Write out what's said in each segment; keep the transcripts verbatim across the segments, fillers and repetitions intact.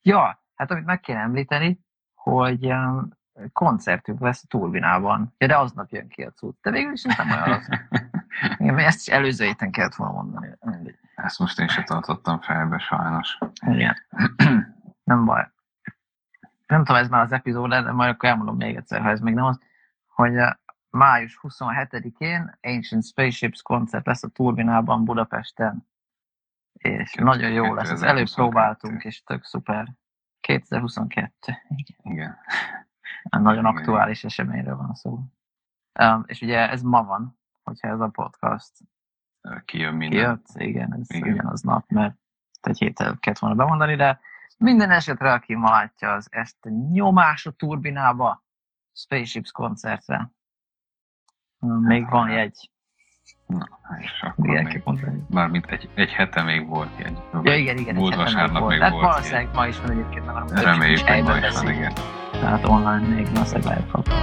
Ja, hát amit meg kéne említeni, hogy um, koncertünk lesz a Turbinában. Ja, de aznap jön ki a cucc. De végül is ez nem olyan rossz. Igen, ezt is előző héten kellett volna mondani. Ezt most én sem tartottam fejbe, sajnos. Igen. Nem baj. Nem tudom, ez már az epizód, de majd akkor elmondom még egyszer, ha ez még nem az, hogy május huszonhetedikén Ancient Spaceships koncert lesz a Turbinában Budapesten. És Két, nagyon jó lesz. Ezt előbb próbáltunk, és tök szuper. kétezer-huszonkettő. Igen. Igen. Nagyon igen, aktuális igen. eseményről van szó. Um, és ugye ez ma van, hogyha ez a podcast kijön minden. Kijött, igen, ez igen. ugyanaz nap, mert egy héttel kellett volna bemondani, de minden esetre, aki ma látja az este nyomás a Turbinába, Spaceships koncertre. Még van jegy. Na, és akkor még, mármint egy, egy hete még volt jegy. Ja, igen, igen, egy hete még volt. Tehát valószínűleg ma is van egyébként, mert nem reméljük, hogy ma is van, igen. Tehát online még valószínűleg lehet kapni.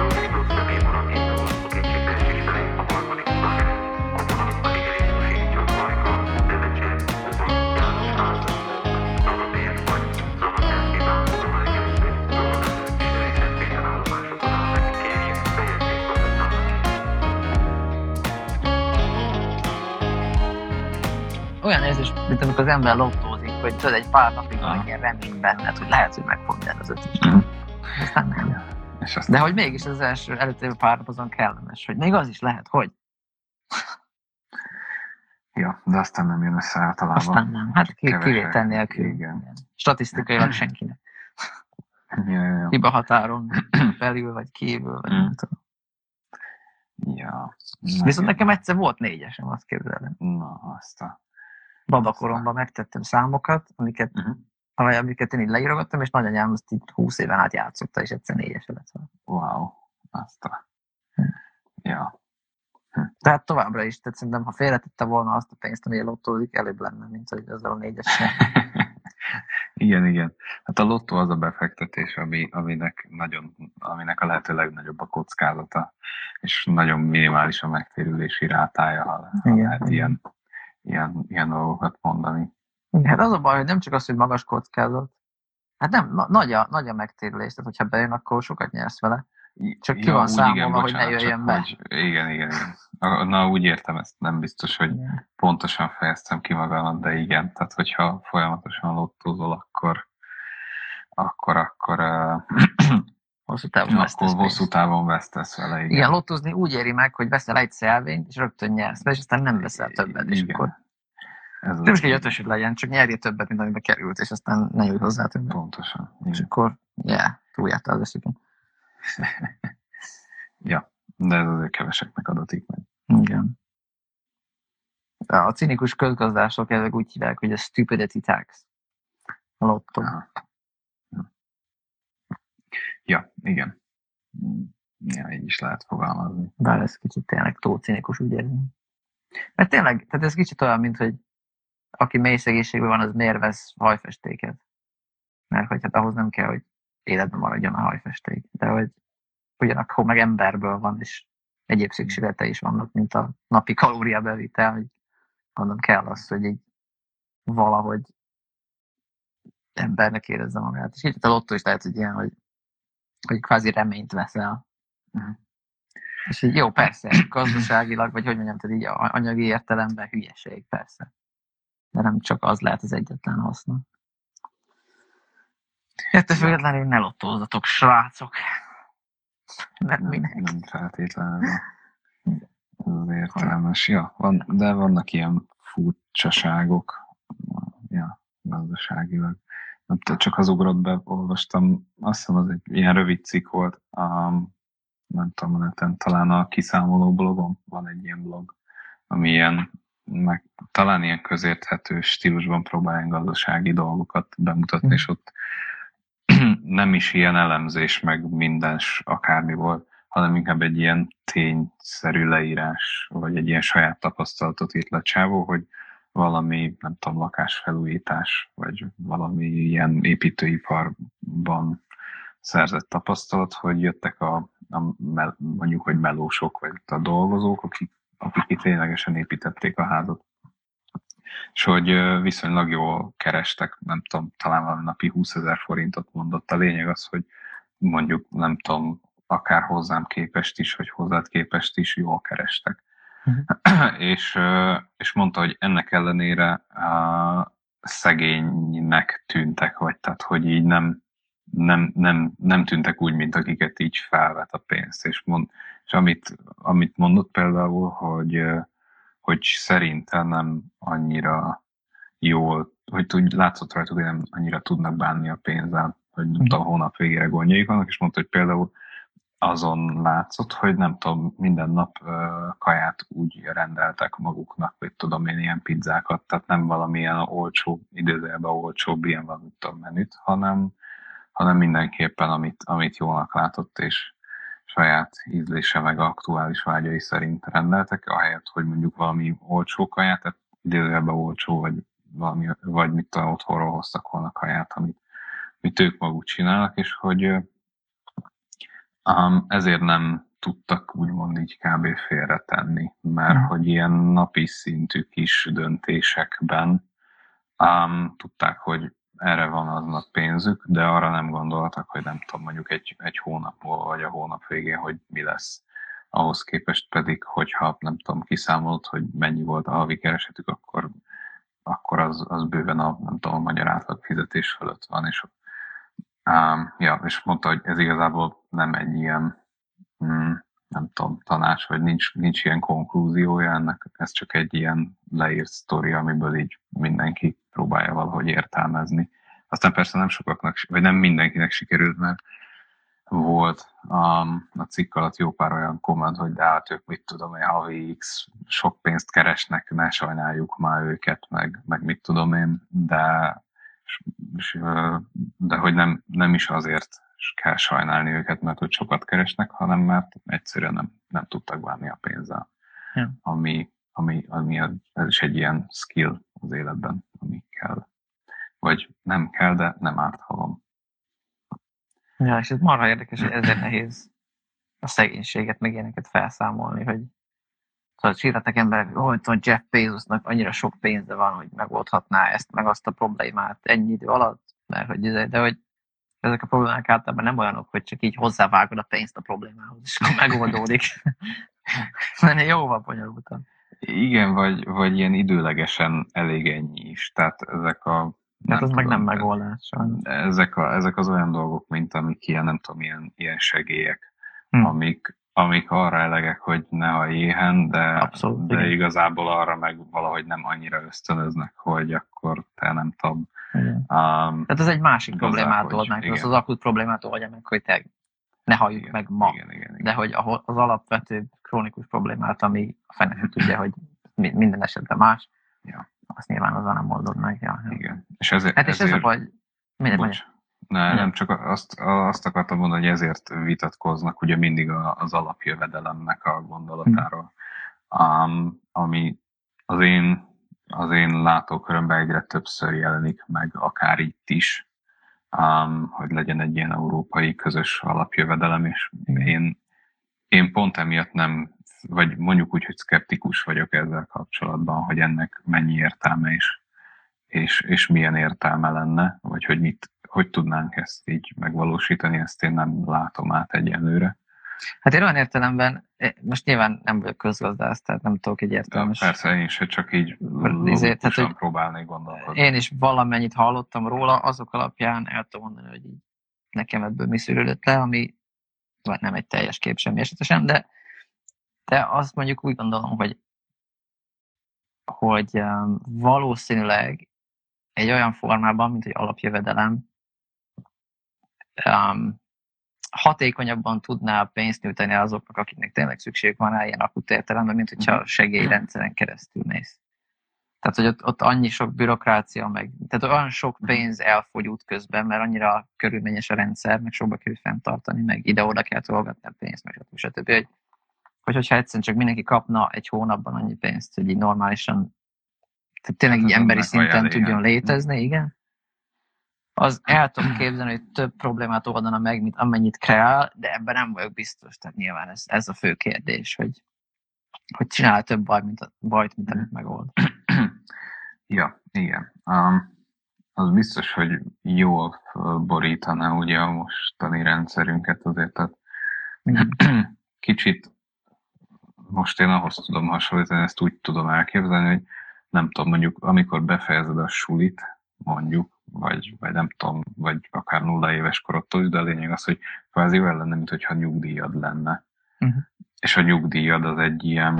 Olyan érzés, mint amikor az ember lottózik, hogy tudod, egy pár napig van ilyen remény benned, hogy lehet, hogy megfogjád az ötöst. Mm. Aztán nem. És aztán... De hogy mégis az első előtt pár nap azon kellemes, hogy még az is lehet, hogy. Ja, de aztán nem jön össze általában. Aztán nem, hát kivétel nélkül. Igen. Statisztikailag senkinek. Ja, ja, ja. Hiba határon belül, vagy kívül, vagy mm. nem tudom. Ja. Viszont nekem egyszer volt négyesem, azt képzelem. Na, azt a... Babakoromban megtettem számokat, amiket, uh-huh. amiket én így leírogattam, és nagyanyám azt így húsz éven át játszotta, és egyszer négyese lett. Wow, azt a... Hm. Ja. Hm. Tehát továbbra is, tehát szerintem, ha félretette volna azt a pénzt, ami lottózik, előbb lenne, mint hogy ezzel a négyessel. Igen, igen. Hát a lottó az a befektetés, ami, aminek, nagyon, aminek a lehető legnagyobb a kockázata, és nagyon minimális a megtérülési rátája, ha, ha igen, lehet igen. ilyen, ilyen, ilyen dolgokat mondani. Hát az a baj, hogy nem csak az, hogy magas kockázat, hát nem, na, nagy, a, nagy a megtérülés, tehát hogyha bejön, akkor sokat nyersz vele. Csak ki ja, van számolva, igen, bocsánat, hogy ne jöjjön be. Hogy, igen, igen, igen. Na, úgy értem ezt, nem biztos, hogy igen. pontosan fejeztem ki magamat, de igen, tehát hogyha folyamatosan lottózol, akkor akkor, akkor, uh, hosszú távon akkor hosszú távon vesztesz vele. Igen, igen, lottózni úgy éri meg, hogy veszel egy szelvényt, és rögtön nyersz, és aztán nem veszel többet, és igen. akkor nem is egy ötösöd legyen, csak nyerjél többet, mint amiben került, és aztán ne nyújt hozzá többet. Pontosan. Igen. És akkor, yeah, túljártál az esőben. Ja, de ez azért keveseknek adatik meg. Igen. A cinikus közgazdások ezek úgy hívják, hogy a stupidity tax. A lottó. Ja. ja, igen. Ja, így is lehet fogalmazni. Bár ez kicsit tényleg túl cinikus, úgy érzem. Mert tényleg, tehát ez kicsit olyan, mint hogy aki mély szegénységben van, az miért vesz hajfestéket. Mert hogy hát ahhoz nem kell, hogy életben maradjon a hajfesték. De hogy ugyanakkor meg emberből van, és egyéb szükségletei is vannak, mint a napi kalóriabevitel, hogy mondom, kell az, hogy így valahogy embernek érezze magát. És így a lottó is lehet, hogy ilyen, hogy, hogy kvázi reményt veszel. Uh-huh. És így jó, persze, gazdaságilag, vagy hogy mondjam, tehát így anyagi értelemben hülyeség, persze. De nem csak az lehet az egyetlen haszna. Ettől függetlenül ne lottózzatok, srácok. Nem, nem, nem feltétlenül az értelmes. Ja, van, de vannak ilyen furcsaságok, ja, gazdaságilag. Nem, csak az ugrott be, olvastam, azt hiszem az egy ilyen rövid cikk volt, um, nem tudom, a neten, talán a kiszámoló blogon van egy ilyen blog, ami ilyen, meg talán ilyen közérthető stílusban próbálják gazdasági dolgokat bemutatni, mm. és ott nem is ilyen elemzés, meg minden akármi volt, hanem inkább egy ilyen tényszerű leírás, vagy egy ilyen saját tapasztalatot írt le csávó, hogy valami, nem tudom, lakásfelújítás, vagy valami ilyen építőiparban szerzett tapasztalat, hogy jöttek a, a mondjuk, hogy melósok, vagy a dolgozók, akik, akik itt ténylegesen építették a házat. és hogy ö, viszonylag jól kerestek, nem tudom, talán valami napi húszezer forintot mondott. A lényeg az, hogy mondjuk, nem tudom, akár hozzám képest is, vagy hozzád képest is jól kerestek. Uh-huh. és, ö, és mondta, hogy ennek ellenére uh, szegénynek tűntek, vagy tehát, hogy így nem, nem, nem, nem tűntek úgy, mint akiket így felvet a pénzt. És, mond, és amit, amit mondott például, hogy, hogy szerinte nem annyira jól, hogy tud, látszott rajtuk, hogy nem annyira tudnak bánni a pénzzel, hogy nem tudom, hónap végére gondjaik vannak, és mondta, hogy például azon látszott, hogy nem tudom, minden nap uh, kaját úgy rendeltek maguknak, hogy tudom én, ilyen pizzákat, tehát nem valamilyen olcsó, idézőjelben olcsóbb, ilyen van, tudom, menüt, hanem, hanem mindenképpen, amit, amit jónak látott, és saját ízlése meg aktuális vágyai szerint rendeltek, ahelyett, hogy mondjuk valami olcsó kaját, tehát idézőjelben olcsó, vagy, valami, vagy mit tudom, otthonról hoztak volna kaját, amit, amit ők maguk csinálnak, és hogy Um, ezért nem tudtak úgymond így kb. Félretenni, mert mm. hogy ilyen napi szintű kis döntésekben um, tudták, hogy erre van aznap pénzük, de arra nem gondoltak, hogy nem tudom, mondjuk egy, egy hónap múlva, vagy a hónap végén, hogy mi lesz. Ahhoz képest pedig, hogyha nem tudom, kiszámolt, hogy mennyi volt a havi keresetük, akkor, akkor az, az bőven a, nem tudom, a magyar átlag fizetés fölött van, és Um, ja, és mondta, hogy ez igazából nem egy ilyen, mm, nem tudom, tanács, vagy nincs, nincs ilyen konklúziója ennek, ez csak egy ilyen leírt sztori, amiből így mindenki próbálja valahogy értelmezni. Aztán persze nem sokaknak, vagy nem mindenkinek sikerült, mert volt um, a cikk alatt jó pár olyan komment, hogy de hát ők mit tudom én, havi X sok pénzt keresnek, ne sajnáljuk már őket, meg, meg mit tudom én, de de hogy nem, nem is azért kell sajnálni őket, mert hogy sokat keresnek, hanem mert egyszerűen nem, nem tudtak bánni a pénzzel. Ja. Ami, ami, ami ez is egy ilyen skill az életben, ami kell. Vagy nem kell, de nem árt, halom. Ja, és ez marha érdekes, hogy ezért nehéz a szegénységet, meg ilyeneket felszámolni, hogy szóval sírhatnak emberek, hogy Jeff Bezosnak annyira sok pénze van, hogy megoldhatná ezt, meg azt a problémát ennyi idő alatt, mert hogy, de hogy ezek a problémák általában nem olyanok, hogy csak így hozzávágod a pénzt a problémához, és akkor megoldódik. Mert jóval bonyolultabb. Igen, vagy, vagy ilyen időlegesen elég ennyi is. Tehát ezek a... Tehát az tudom, meg nem megoldás. Ezek, a, ezek az olyan dolgok, mint amik ilyen, nem tudom, ilyen, ilyen segélyek, hmm. amik, amik arra elegek, hogy ne hallj éhen, de, Abszolút, de igazából arra meg valahogy nem annyira ösztönöznek, hogy akkor te nem tudom. Um, Tehát ez egy másik problémát old meg, az az akut problémát oldja meg, hogy te ne halljuk igen, meg ma. Igen, igen, igen. De hogy az alapvető krónikus problémát, ami a fene tudja, hogy minden esetben más, ja. Azt nyilván azzal nem oldod meg. Ja. Igen. És ezért, hát és ezért... ez a baj, minden Bocs. Ne, nem, csak azt, azt akartam mondani, hogy ezért vitatkoznak ugye mindig az alapjövedelemnek a gondolatáról, um, ami az én, az én látókörömben egyre többször jelenik meg, akár itt is, um, hogy legyen egy ilyen európai közös alapjövedelem, és én, én pont emiatt nem, vagy mondjuk úgy, hogy szkeptikus vagyok ezzel kapcsolatban, hogy ennek mennyi értelme is, és, és milyen értelme lenne, vagy hogy mit, hogy tudnánk ezt így megvalósítani, ezt én nem látom át egyenlőre. Hát én olyan értelemben, most nyilván nem vagyok közgazdász, tehát nem tudok egy értelmes... Ja, persze, én is csak így logikusan próbálnék gondolkodni. Én is valamennyit hallottam róla, azok alapján el tudom mondani, hogy így nekem ebből mi szűrődött le, ami vagy nem egy teljes kép semmi esetesen, de, de azt mondjuk úgy gondolom, hogy, hogy um, valószínűleg egy olyan formában, mint hogy alapjövedelem, um, hatékonyabban tudná pénzt nyújtani azoknak, akiknek tényleg szükségük van rá ilyen akut értelemben, mint hogyha segélyrendszeren keresztül mész. Tehát, hogy ott, ott annyi sok bürokrácia, meg, tehát olyan sok pénz elfogy útközben, mert annyira körülményes a rendszer, meg sokba kerül fenntartani, meg ide-oda kell tolgatni a pénzt, meg stb. stb. Hogy, hogy, hogyha egyszerűen csak mindenki kapna egy hónapban annyi pénzt, hogy így normálisan, tehát tényleg hát így emberi szinten elég, tudjon létezni, igen. Az el tudom képzelni, hogy több problémát oldana meg, mint amennyit kreál, de ebben nem vagyok biztos. Tehát nyilván ez, ez a fő kérdés, hogy, hogy csinál több baj, mint a, bajt, mint amit megold. Ja, igen. Um, az biztos, hogy jól borítaná ugye a mostani rendszerünket azért, tehát kicsit most én ahhoz tudom hasonlítani, ezt úgy tudom elképzelni, hogy nem tudom, mondjuk amikor befejezed a sulit, mondjuk, vagy, vagy nem tudom, vagy akár nulla éves korodtól is, de a lényeg az, hogy kvázi olyan lenne, mintha nyugdíjad lenne. Uh-huh. És a nyugdíjad az egy ilyen,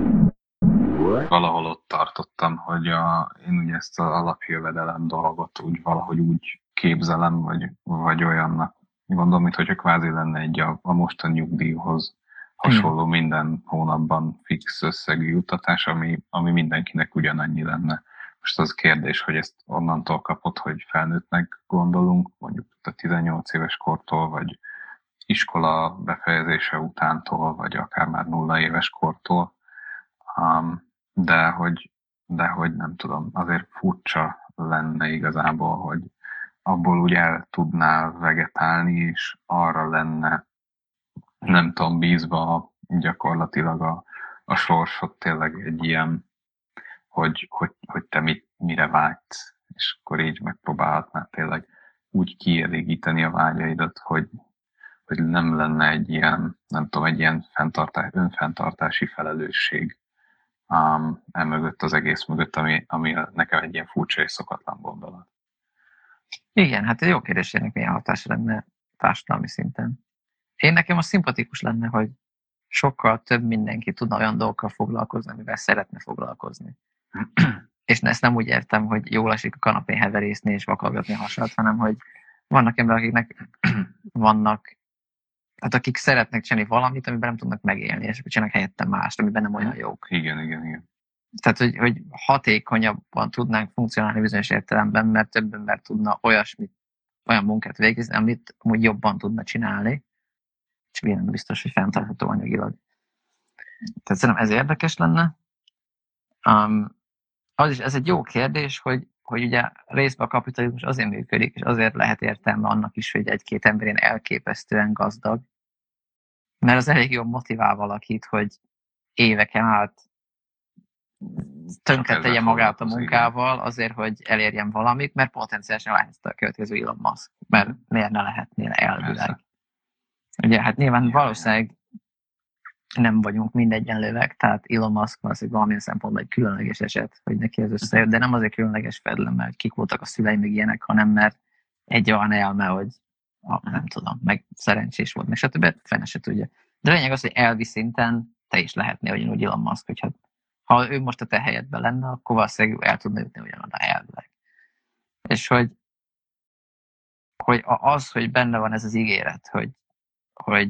valahol ott tartottam, hogy a, én ugye ezt az alapjövedelem dolgot úgy valahogy úgy képzelem, vagy, vagy olyannak gondolom, mint hogyha kvázi lenne egy a, a mostani nyugdíjhoz hasonló minden hónapban fix összegű juttatás, ami, ami mindenkinek ugyanannyi lenne. Most az kérdés, hogy ezt onnantól kapod, hogy felnőttnek gondolunk, mondjuk a tizennyolc éves kortól, vagy iskola befejezése utántól, vagy akár már nulla éves kortól. Um, de, hogy, de hogy nem tudom, azért furcsa lenne igazából, hogy abból úgy el tudnál vegetálni, és arra lenne, nem tudom, bízva gyakorlatilag a, a sorsod tényleg egy ilyen, hogy, hogy, hogy te mit, mire vágysz, és akkor így megpróbálhatnád tényleg úgy kielégíteni a vágyaidat, hogy, hogy nem lenne egy ilyen, nem tudom, egy ilyen fenntartás, önfenntartási felelősség um, emögött az egész mögött, ami, ami nekem egy ilyen furcsa és szokatlan gondolat. Igen, hát egy jó kérdés, ennek milyen hatása lenne társadalmi szinten. Én nekem az szimpatikus lenne, hogy sokkal több mindenki tudna olyan dolgokkal foglalkozni, amivel szeretne foglalkozni. És ezt nem úgy értem, hogy jól esik a kanapén heverészni és vakargatni a hasat, hanem hogy vannak emberek, akiknek vannak, hát akik szeretnek csinálni valamit, amiben nem tudnak megélni, és akkor csinálnak helyette mást, amiben nem olyan jók. Igen, igen, igen. Tehát, hogy, hogy hatékonyabban tudnánk funkcionálni bizonyos értelemben, mert több ember tudna olyasmit, olyan munkát végezni, amit amúgy jobban tudna csinálni, és nem biztos, hogy fenntartható anyagilag. Tehát szerintem ez érdekes lenne. Um, az is, ez egy jó kérdés, hogy, hogy ugye részben a kapitalizmus azért működik, és azért lehet értelme annak is, hogy egy-két emberén elképesztően gazdag, mert az elég jól motivál valakit, hogy éveken át tönkre tegye magát a munkával azért, hogy elérjen valamit, mert potenciálisan lehet a következő Elon Musk, mert miért ne lehetnél elvileg. Ugye, hát nyilván valószínűleg nem vagyunk mindegyenlőek, tehát Elon Musk valószínűleg valamilyen szempontból egy különleges eset, hogy neki ez összejött, de nem azért különleges fedlem, mert kik voltak a szüleim, meg ilyenek, hanem mert egy olyan elme, hogy ah, nem tudom, meg szerencsés volt, meg stb. Fene se tudja. De lényeg az, hogy elvi szinten te is lehetnél ugyanúgy Elon Musk, hogyha ha ő most a te helyedben lenne, akkor valószínűleg el tudna jutni ugyanoda elvileg. És hogy, hogy az, hogy benne van ez az ígéret, hogy, hogy,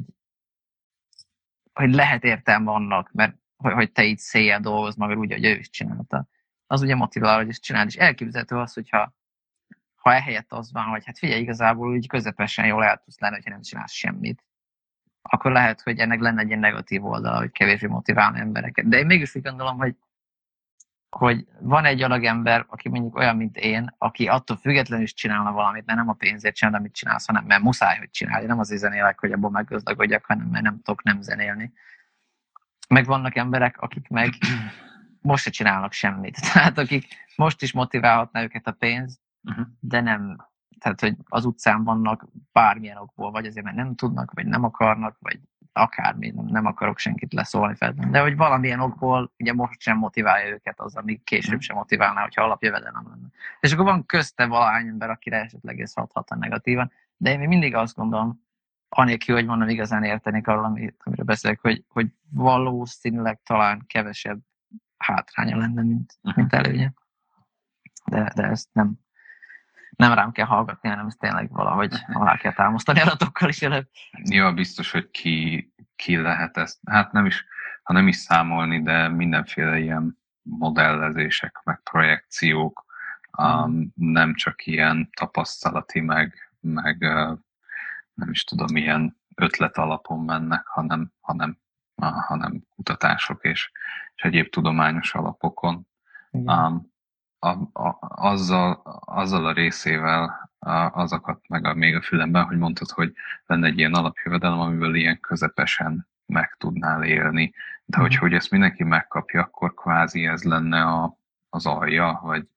hogy lehet értelme annak, mert hogy, hogy te így széjjel dolgozz magad úgy, hogy ő is csinálta, az ugye motivál, hogy ezt csináld. És elképzelhető az, hogyha ha ehelyett az van, hogy hát figyelj, igazából úgy közepesen jól el tudsz lenni, hogyha nem csinálsz semmit, akkor lehet, hogy ennek lenne egy ilyen negatív oldala, hogy kevésbé motiválna embereket. De én mégis úgy gondolom, hogy hogy van egy adag ember, aki mondjuk olyan, mint én, aki attól függetlenül is csinálna valamit, mert nem a pénzért csinál, amit csinálsz, hanem mert muszáj, hogy csinálja. Nem azért zenélek, hogy abból meggazdagodjak, hanem mert nem tudok nem zenélni. Meg vannak emberek, akik meg most se csinálnak semmit. Tehát akik most is motiválhatná őket a pénz, de nem. Tehát, hogy az utcán vannak bármilyen okból, vagy azért, mert nem tudnak, vagy nem akarnak, vagy akármi, nem, nem akarok senkit leszólni fel. De hogy valamilyen okból ugye most sem motiválja őket az, ami később sem motiválná, hogyha alapjövedelem lenne. És akkor van közte valahány ember, akire esetleg ez hathatna negatívan. De én még mindig azt gondolom, anélkül, hogy mondom igazán értenék arról, amit, amiről beszélek, hogy, hogy valószínűleg talán kevesebb hátránya lenne, mint, mint előnye. De, de ezt nem, nem rám kell hallgatni, hanem ezt tényleg valahogy alá kell támasztani adatokkal is előbb. Ja, biztos, hogy ki, ki lehet ezt, hát nem is, ha nem is számolni, de mindenféle ilyen modellezések, meg projekciók, um, nem csak ilyen tapasztalati, meg, meg uh, nem is tudom, ilyen ötlet alapon mennek, hanem, hanem, uh, hanem kutatások és, és egyéb tudományos alapokon. Um, a, a, azzal, azzal a részével azokat meg a, még a fülemben, hogy mondtad, hogy lenne egy ilyen alapjövedelem, amiből ilyen közepesen meg tudnál élni. De hogyha hogy ezt mindenki megkapja, akkor kvázi ez lenne a, az alja, vagy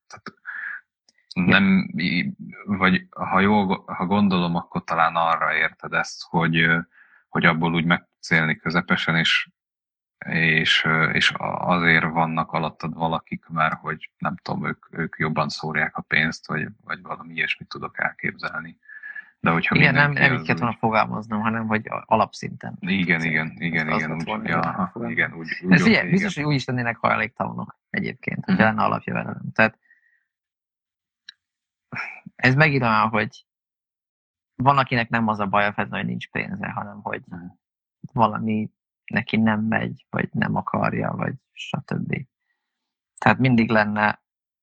tehát nem, vagy ha jól, ha gondolom, akkor talán arra érted ezt, hogy, hogy abból úgy meg tudsz élni közepesen, és, és, és azért vannak alattad valakik, mert hogy nem tudom, ők, ők jobban szórják a pénzt, vagy, vagy valami ilyesmit tudok elképzelni. De hogyha Igen, nem, mindenki nem így az kellett volna úgy... fogalmaznom, hanem hogy alapszinten. Igen, igen, igen, igen, úgy, volna, ja, aha, igen, úgy, De úgy figyelj, oké, biztos, igen. hogy úgy is lennének hajléktalanok egyébként, hogyha Mhm. lenne alapjövedelem. Tehát ez megint olyan, hogy van, akinek nem az a baja feltétlenül, hogy nincs pénze, hanem hogy Mhm. valami neki nem megy, vagy nem akarja, vagy stb. Tehát mindig lenne,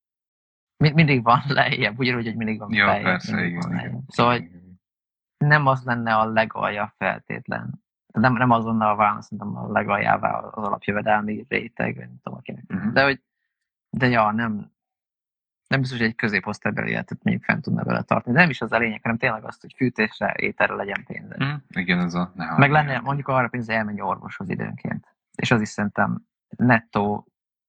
mi- mindig van lejjebb, ugyanúgy, hogy mindig van Ja, feljebb, persze, mindig igen, van igen. lejjebb. igen, Szóval igen. nem az lenne a legalja feltétlen. Nem, nem azonnal válna szerintem a legaljává az alapjövedelmi réteg, vagy nem tudom, akinek. Mhm. De hogy, de ja, nem, nem biztos, hogy egy középosztálybeli életet mondjuk fent tudna vele tartani. De nem is az a lényeg, hanem tényleg azt, hogy fűtésre, ételre legyen pénze. Mhm. Igen, ez a... Ne Meg lenne mondjuk arra pénz, hogy elmenj orvoshoz időnként. És az is szerintem nettó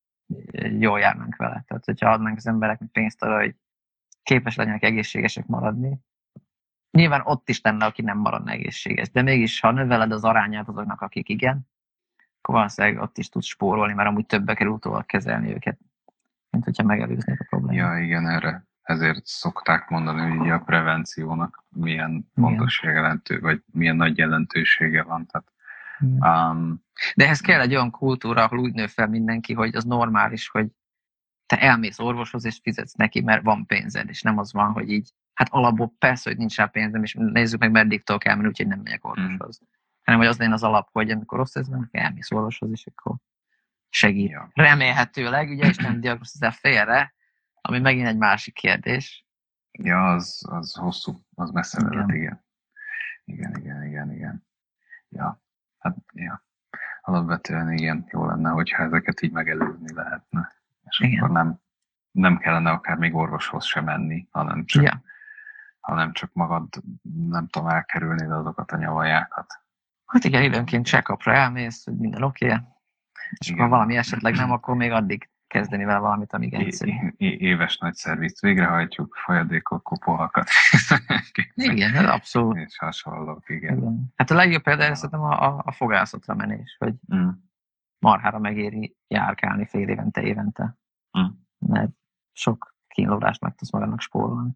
jól járnánk vele. Tehát, hogyha adnánk az embereknek pénzt arra, hogy képes legyenek egészségesek maradni, nyilván ott is lenne, aki nem maradna egészséges. De mégis, ha növeled az arányát azoknak, akik igen, akkor valószínűleg ott is tudsz spórolni, mert amúgy többe kerül utólag kezelni őket, mint hogyha megelőznék a problémát. Ja, igen, erre. Ezért szokták mondani, hogy ugye a prevenciónak milyen fontos jelentő, vagy milyen nagy jelentősége van. Tehát, um, De ehhez kell egy olyan kultúra, ahol úgy nő fel mindenki, hogy az normális, hogy te elmész orvoshoz és fizetsz neki, mert van pénzed, és nem az van, hogy így, hát alapból persze, hogy nincs rá pénzem, és nézzük meg, meddig tudok elmenni, úgyhogy nem megyek orvoshoz. Mm. Hanem, hogy az lenne az alap, hogy amikor rossz ez van, elmész orvoshoz, és akkor segít. Ja. Remélhetőleg, ugye, és nem diagnosztizál félre, ami megint egy másik kérdés. Ja, az, az hosszú, az messze vezet, igen. Igen, igen, igen, igen. Ja, hát, ja. Alapvetően igen, jó lenne, hogyha ezeket így megelőzni lehetne. És igen. Akkor nem, nem kellene akár még orvoshoz sem menni, hanem csak, ja. hanem csak magad, nem tudom, elkerülni azokat a nyavajákat. Hát igen, időnként check-upra elmész, hogy minden oké, okay. És igen. Ha valami esetleg nem, akkor még addig kezdeni vele valamit, amíg egyszerű. É- éves nagy szervizt végrehajtjuk, folyadékok, kopolhakat. Igen, ez abszolút. És hasonlók, igen. igen. Hát a legjobb például szerintem a, a, a fogászatra menés, hogy mm. marhára megéri járkálni fél évente, évente. Mm. Mert sok kínlódást meg tudsz magadnak spórolni.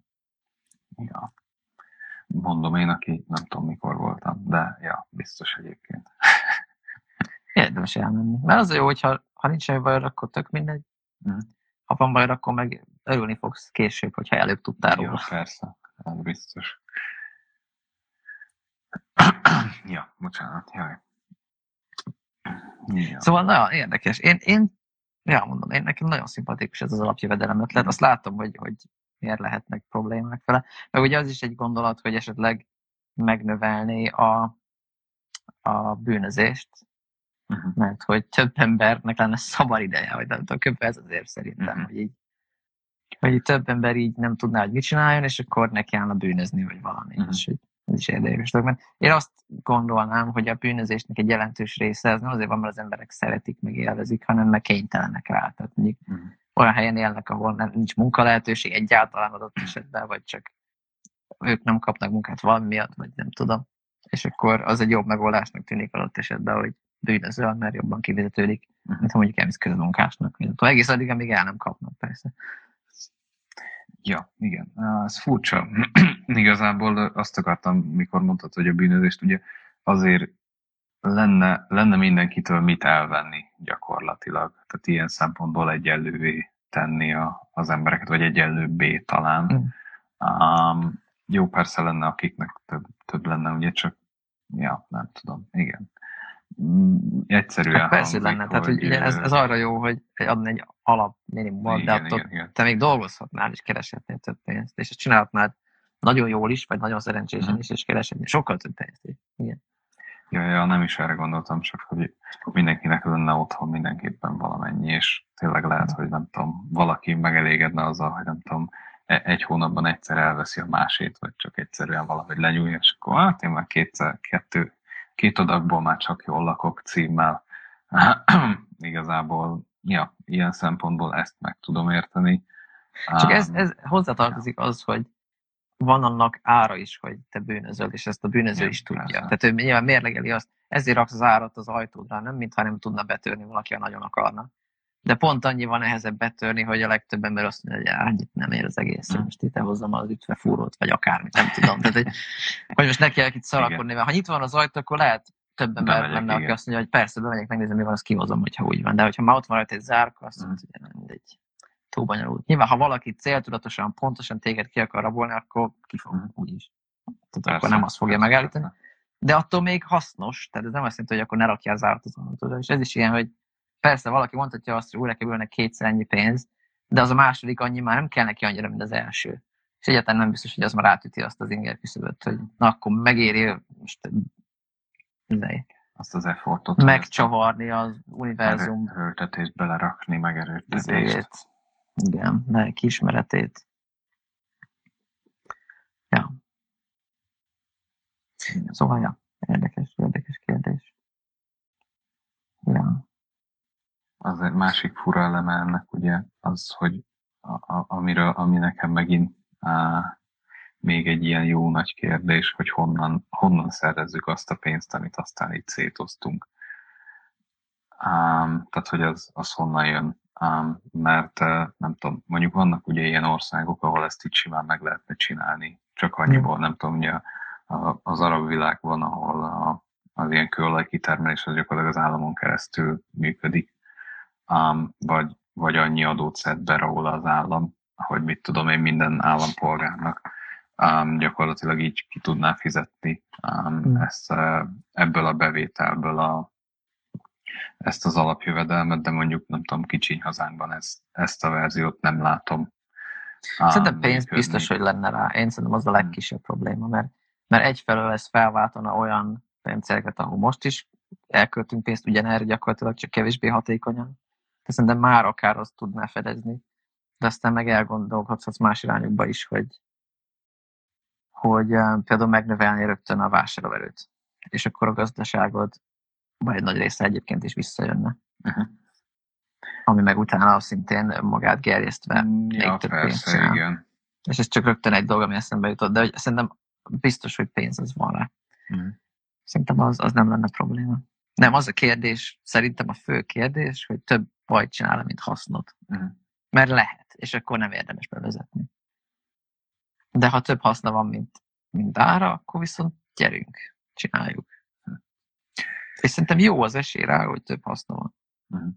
Ja. Mondom én, aki nem tudom mikor voltam, de ja, biztos egyébként. Érdemes elmenni. Mert az jó, hogyha ha nincs semmi bajod, akkor tök mindegy. Mm. Ha van bajod, akkor meg örülni fogsz később, hogyha előbb tudtál róla. Ja, persze, az biztos. Ja, bocsánat, jaj. Ja. Szóval nagyon érdekes. Én, én ja, mondom, én nekem nagyon szimpatikus ez az alapjövedelem ötlet. Azt látom, hogy, hogy miért lehetnek problémák vele. Meg ugye az is egy gondolat, hogy esetleg megnövelni a, a bűnözést, uh-huh. mert hogy több embernek lenne szabad ideje, vagy nem tudom, ez azért szerintem, uh-huh. hogy így hogy több ember így nem tudná, hogy mit csináljon, és akkor neki állna bűnözni, vagy valami. Uh-huh. És ez is érdekes dolog. Mert én azt gondolnám, hogy a bűnözésnek egy jelentős része, ez nem azért van, mert az emberek szeretik, meg élvezik, hanem meg kénytelenek rá. Tehát mondjuk uh-huh. olyan helyen élnek, ahol nem, nincs munkalehetőség egyáltalán adott esetben, vagy csak ők nem kapnak munkát valami miatt, vagy nem tudom. És akkor az egy jobb megoldásnak tűnik adott esetben, hogy bűnözöl, mert jobban kifizetődik, uh-huh. mint ha mondjuk elmész közmunkásnak. Egész addig, amíg el nem kapnak, persze. Ja, igen. Ez furcsa. Igazából azt akartam, mikor mondtad, hogy a bűnözést, ugye azért lenne, lenne mindenkitől mit elvenni gyakorlatilag. Tehát ilyen szempontból egyenlővé tenni a, az embereket, vagy egyenlőbbé talán. Mm. Um, jó, persze lenne, akiknek több, több lenne, ugye csak, ja, nem tudom, igen. Egyszerűen hát persze hangzik, lenne, tehát hogy ugye ez, ez arra jó, hogy adni egy alap minimumot, de attól igen, igen. te még dolgozhatnál és kereshetnél több pénzt, és ezt csinálhatnád nagyon jól is, vagy nagyon szerencsésen mm. is, és kereshetnél sokkal több pénzt is. Igen. Ja, ja, nem is erre gondoltam, csak hogy mindenkinek lenne otthon mindenképpen valamennyi, és tényleg lehet, hogy nem tudom, valaki megelégedne azzal, hogy nem tudom, egy hónapban egyszer elveszi a másét, vagy csak egyszerűen valahogy lenyúlja, és akkor hát én már kétszer, kettő, két adagból már csak jól lakok címmel. Igazából, ja, ilyen szempontból ezt meg tudom érteni. Csak ez, ez hozzátartozik az, hogy van annak ára is, hogy te bűnözöl, és ezt a bűnöző Igen, is tudja. persze. Tehát ő nyilván mérlegeli azt, ezért raksz az árat az ajtódra, nem mintha nem tudna betörni valaki, ha nagyon akarna. De pont annyi van nehezebb betörni, hogy a legtöbb ember azt mondja, hogy annyit nem ér az egész, hogy most itt elhozzam az ütvefúrót, vagy akármit, nem tudom. Tehát, hogy, hogy most neki kell itt szarakodni, mert ha nyitva van az ajtó, akkor lehet több ember Bemegyek, lenne, aki igen. azt mondja, hogy persze, bemegyek, megnézem, mi van, azt kihozom, hogyha úgy van. De hogyha már ott van rajta egy zárka, azt mondja, hogy nem mindegy. Túl bonyolult. Nyilván, ha valaki céltudatosan, pontosan téged ki akar rabolni, akkor ki fog Mhm. úgyis. Tehát Persze, akkor nem azt fogja persze, megállítani. persze. De attól még hasznos, tehát ez nem azt jelenti, hogy akkor ne rakjál zárat az autóra. És ez is ilyen, hogy persze valaki mondhatja azt, hogy újra kerülnek kétszer ennyi pénz, de az a második annyi már nem kell neki annyira, mint az első. És egyáltalán nem biztos, hogy az már átüti azt az inger küszöböt, hogy na akkor megéri most ne, Azt az effortot, megcsavarni az univerzum erőltetést belerakni, megerőltetést. izéjét. Igen, lelkiismeretét. Ja. Szóval, ja, érdekes, érdekes kérdés. Ja. Az egy másik fura eleme ennek ugye az, hogy a, a, amiről, ami nekem megint á, még egy ilyen jó nagy kérdés, hogy honnan, honnan szerezzük azt a pénzt, amit aztán így szétoztunk. Um, tehát, hogy az, az honnan jön. Um, mert uh, nem tudom, mondjuk vannak ugye ilyen országok, ahol ezt így simán meg lehetne csinálni. Csak annyiból, nem tudom, ugye a, az arab világban, ahol a, az ilyen kőolaj kitermelés az gyakorlatilag az államon keresztül működik. Um, vagy, vagy annyi adót szed be róla az állam, hogy mit tudom én, minden állampolgárnak um, gyakorlatilag így ki tudná fizetni um, Mm. ezt, uh, ebből a bevételből a, ezt az alapjövedelmet, de mondjuk nem tudom, kicsiny hazánkban ezt, ezt a verziót nem látom. um, Szerintem pénz működni. biztos, hogy lenne rá. Én szerintem az a legkisebb probléma, mert, mert egyfelől ez felváltana olyan rendszereket, ahol most is elköltünk pénzt ugyanerre gyakorlatilag, csak kevésbé hatékonyan. De szerintem már akár azt tudná fedezni. De aztán meg elgondolkodhatsz más irányokba is, hogy, hogy uh, például megnövelni rögtön a vásárlóerőt. És akkor a gazdaságod vagy egy nagy része egyébként is visszajönne. Uh-huh. Ami meg utána szintén magát gerjesztve Mm, még ja, több pénzt persze, csinál. igen. És ez csak rögtön egy dolog, ami eszembe jutott, de hogy szerintem biztos, hogy pénz az van rá. Uh-huh. Szerintem az, az nem lenne probléma. Nem, az a kérdés, szerintem a fő kérdés, hogy több bajt csinál, mint hasznot. Uh-huh. Mert lehet, és akkor nem érdemes bevezetni. De ha több haszna van, mint, mint ára, akkor viszont gyerünk, csináljuk. Uh-huh. És szerintem jó az esély rá, hogy több haszna van. Uh-huh.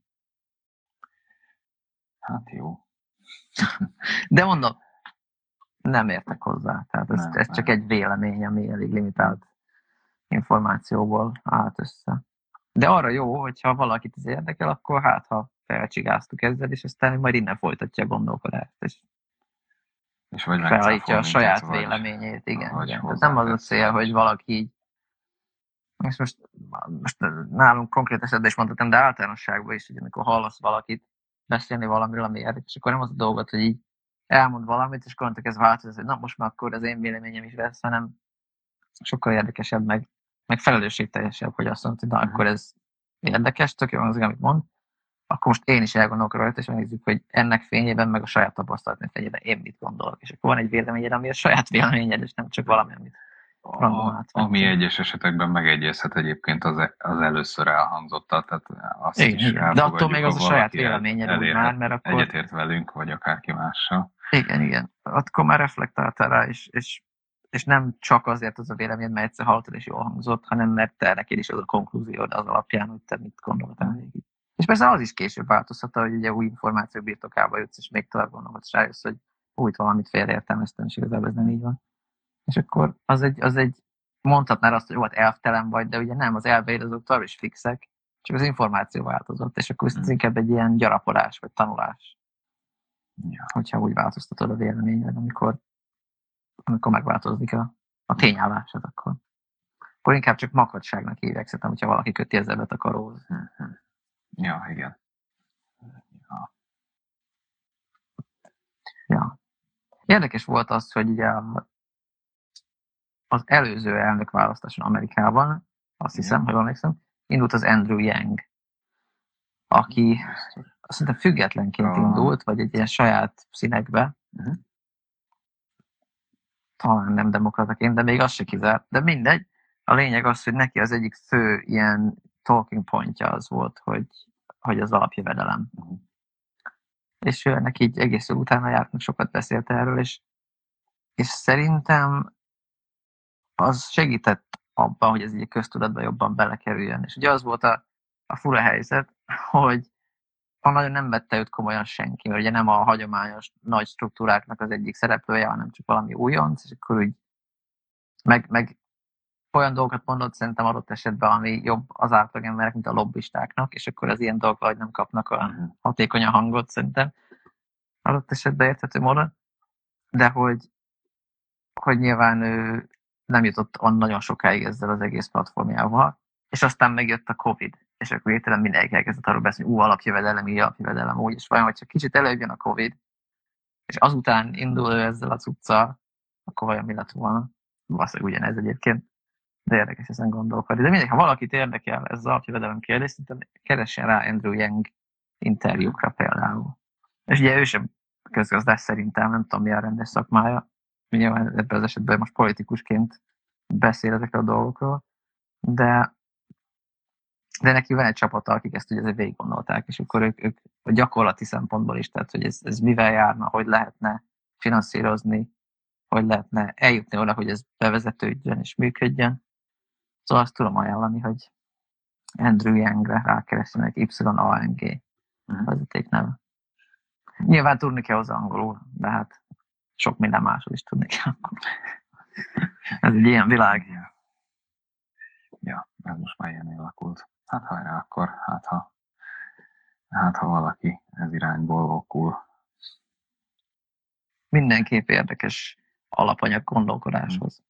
Hát jó. De mondom, nem értek hozzá. Tehát ez, nem, ez csak nem. egy vélemény, ami elég limitált információból állt össze. De arra jó, hogyha valakit ez érdekel, akkor hát, ha felcsigáztuk ezzel, és aztán majd innen folytatja a gondolkodást, és, és vagy felállítja a saját minket, véleményét. Igen, vagy igen. Tehát nem az a cél, hogy valaki így, most, most, most nálunk konkrét esetben is mondhatom, de általánosságban is, hogy amikor hallasz valakit beszélni valamiről, ami érdekes, akkor nem az a dolgot, hogy így elmond valamit, és akkor ez változik, hogy na most már akkor az én véleményem is lesz, hanem sokkal érdekesebb, meg, meg felelősségteljesebb, hogy azt mondod, hogy na, akkor ez érdekes, tök jó az, amit mond, akkor most én is elgondolok rajta, és megnézzük, hogy ennek fényében, meg a saját tapasztalatok fényében én mit gondolok. És akkor van egy véleményed, ami a saját véleményed, és nem csak valami, amit random átvettem. Ami egyes esetekben megegyezhet egyébként az, az először elhangzottat, tehát azt igen, is igen. De attól még az a saját el, véleményed úgy már, mert akkor... Egyetért velünk, vagy akárki mással. Igen, igen. Akkor már reflektáltál rá, és, és, és nem csak azért az a véleményed, mert egyszer hallottad és jól hangzott, hanem mert te neked is az a konklúziód az alapján, hogy te mit gondoltál végig. És persze az is később változhat, hogy ugye új információk birtokába jutsz, és még tovább gondolkodsz, és rájössz, hogy úgy valamit félreértelmeztem, és igazából ez nem így van. És akkor az egy, az egy mondhatnál azt, hogy jó, hát elvtelen vagy, de ugye nem, az elveid azok tovább is fixek, csak az információ változott, és akkor ez inkább egy ilyen gyarapodás, vagy tanulás. Ja. Hogyha úgy változtatod a véleményed, amikor, amikor megváltozik a, a tényállásod, akkor, akkor inkább csak makadságnak hívják, szerintem, hogyha valaki köti ezzel a takaróhoz. Mm-hmm. Ja, igen. Ja. Ja. Érdekes volt az, hogy ugye az előző elnökválasztáson Amerikában, azt hiszem, ha jól emlékszem, indult az Andrew Yang, aki szerintem függetlenként a... indult, vagy egy ilyen saját színekbe. Uh-huh. Talán nem demokrataként, de még az se kizárt. De mindegy. A lényeg az, hogy neki az egyik fő ilyen talking pontja az volt, hogy, hogy az alapjövedelem. Uh-huh. És ő ennek így egész jól utána járt, sokat beszélt erről, és, és szerintem az segített abban, hogy ez így köztudatba jobban belekerüljön. És ugye az volt a, a fura helyzet, hogy nagyon nem vette őt komolyan senki, mert ugye nem a hagyományos nagy struktúráknak az egyik szereplője, hanem csak valami újonc, és akkor úgy meg, meg olyan dolgokat mondott szerintem adott esetben, ami jobb az átlag emberek, mint a lobbistáknak, és akkor az ilyen dolgok vagy nem kapnak olyan hatékony a hangot szerintem adott esetben érthető módon, de hogy, hogy nyilván ő nem jutott on nagyon sokáig ezzel az egész platformjával, és aztán megjött a Covid, és akkor értelem mindenki elkezdett arról beszélni, ú, alapjövedelem, így alapjövedelem, úgy, és vajon, hogyha kicsit előbb jön a Covid, és azután indul ő ezzel a cuccal, akkor vajon mi lett volna? Valószínűleg ugyanez egyébként, de érdekes ezen gondolkodni. De mindegy, ha valakit érdekel ez az alapjövedelem kérdés, szerintem keressen rá Andrew Yang interjúkra például. És ugye ő sem közgazdás szerintem, nem tudom mi a rendes szakmája, nyilván ebben az esetben most politikusként beszél ezekről a dolgokról, de, de neki van egy csapata, akik ezt ugye azért végig gondolták, és akkor ők, ők a gyakorlati szempontból is, tehát hogy ez, ez mivel járna, hogy lehetne finanszírozni, hogy lehetne eljutni oda, hogy ez bevezetődjön és működjön. Szóval azt tudom ajánlani, hogy Andrew Yangre rákeressenek, Y A N G vezeték neve. Nyilván tudni kell hozzá angolul, de hát sok minden másról is tudni kell. Ez egy ilyen világ. Ja, ez most már ilyen alakult. Hát hajrá, akkor hát ha, hát ha valaki ez irányból okul. Mindenképp érdekes alapanyag gondolkodáshoz.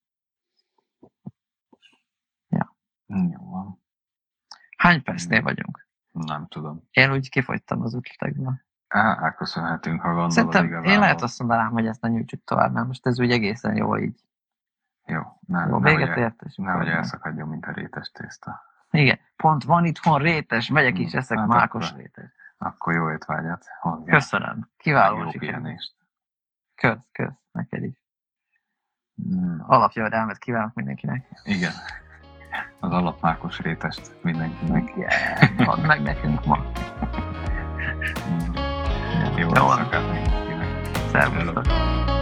Ja. Jó van. Hány percnél vagyunk? Nem tudom. Én úgy kifogytam az ötletekből. Elköszönhetünk, ha gondolod Szerintem igazából. én lehet azt mondanám, hogy ezt ne nyújtsuk tovább, mert most ez úgy egészen jól így. Jó, nem, Jó, nem, véget ért, és nehogy akkor- elszakadjon, mint a rétes tészta. Igen, pont van itthon rétes, megyek is, Hmm, eszek hát mákos akkor- rétes. Akkor jó étvágyat. Hozzá. Köszönöm, kiváló Jó sikerült. pihenést. Kösz, kösz, neked is. Mm, Alapjövedelmet kívánok mindenkinek. igen. Az alapmákos rétest mindenkinek. Yeah, add meg nekünk ma. Mm. Jó Jó, éjszakát mindenkinek. szervusztok.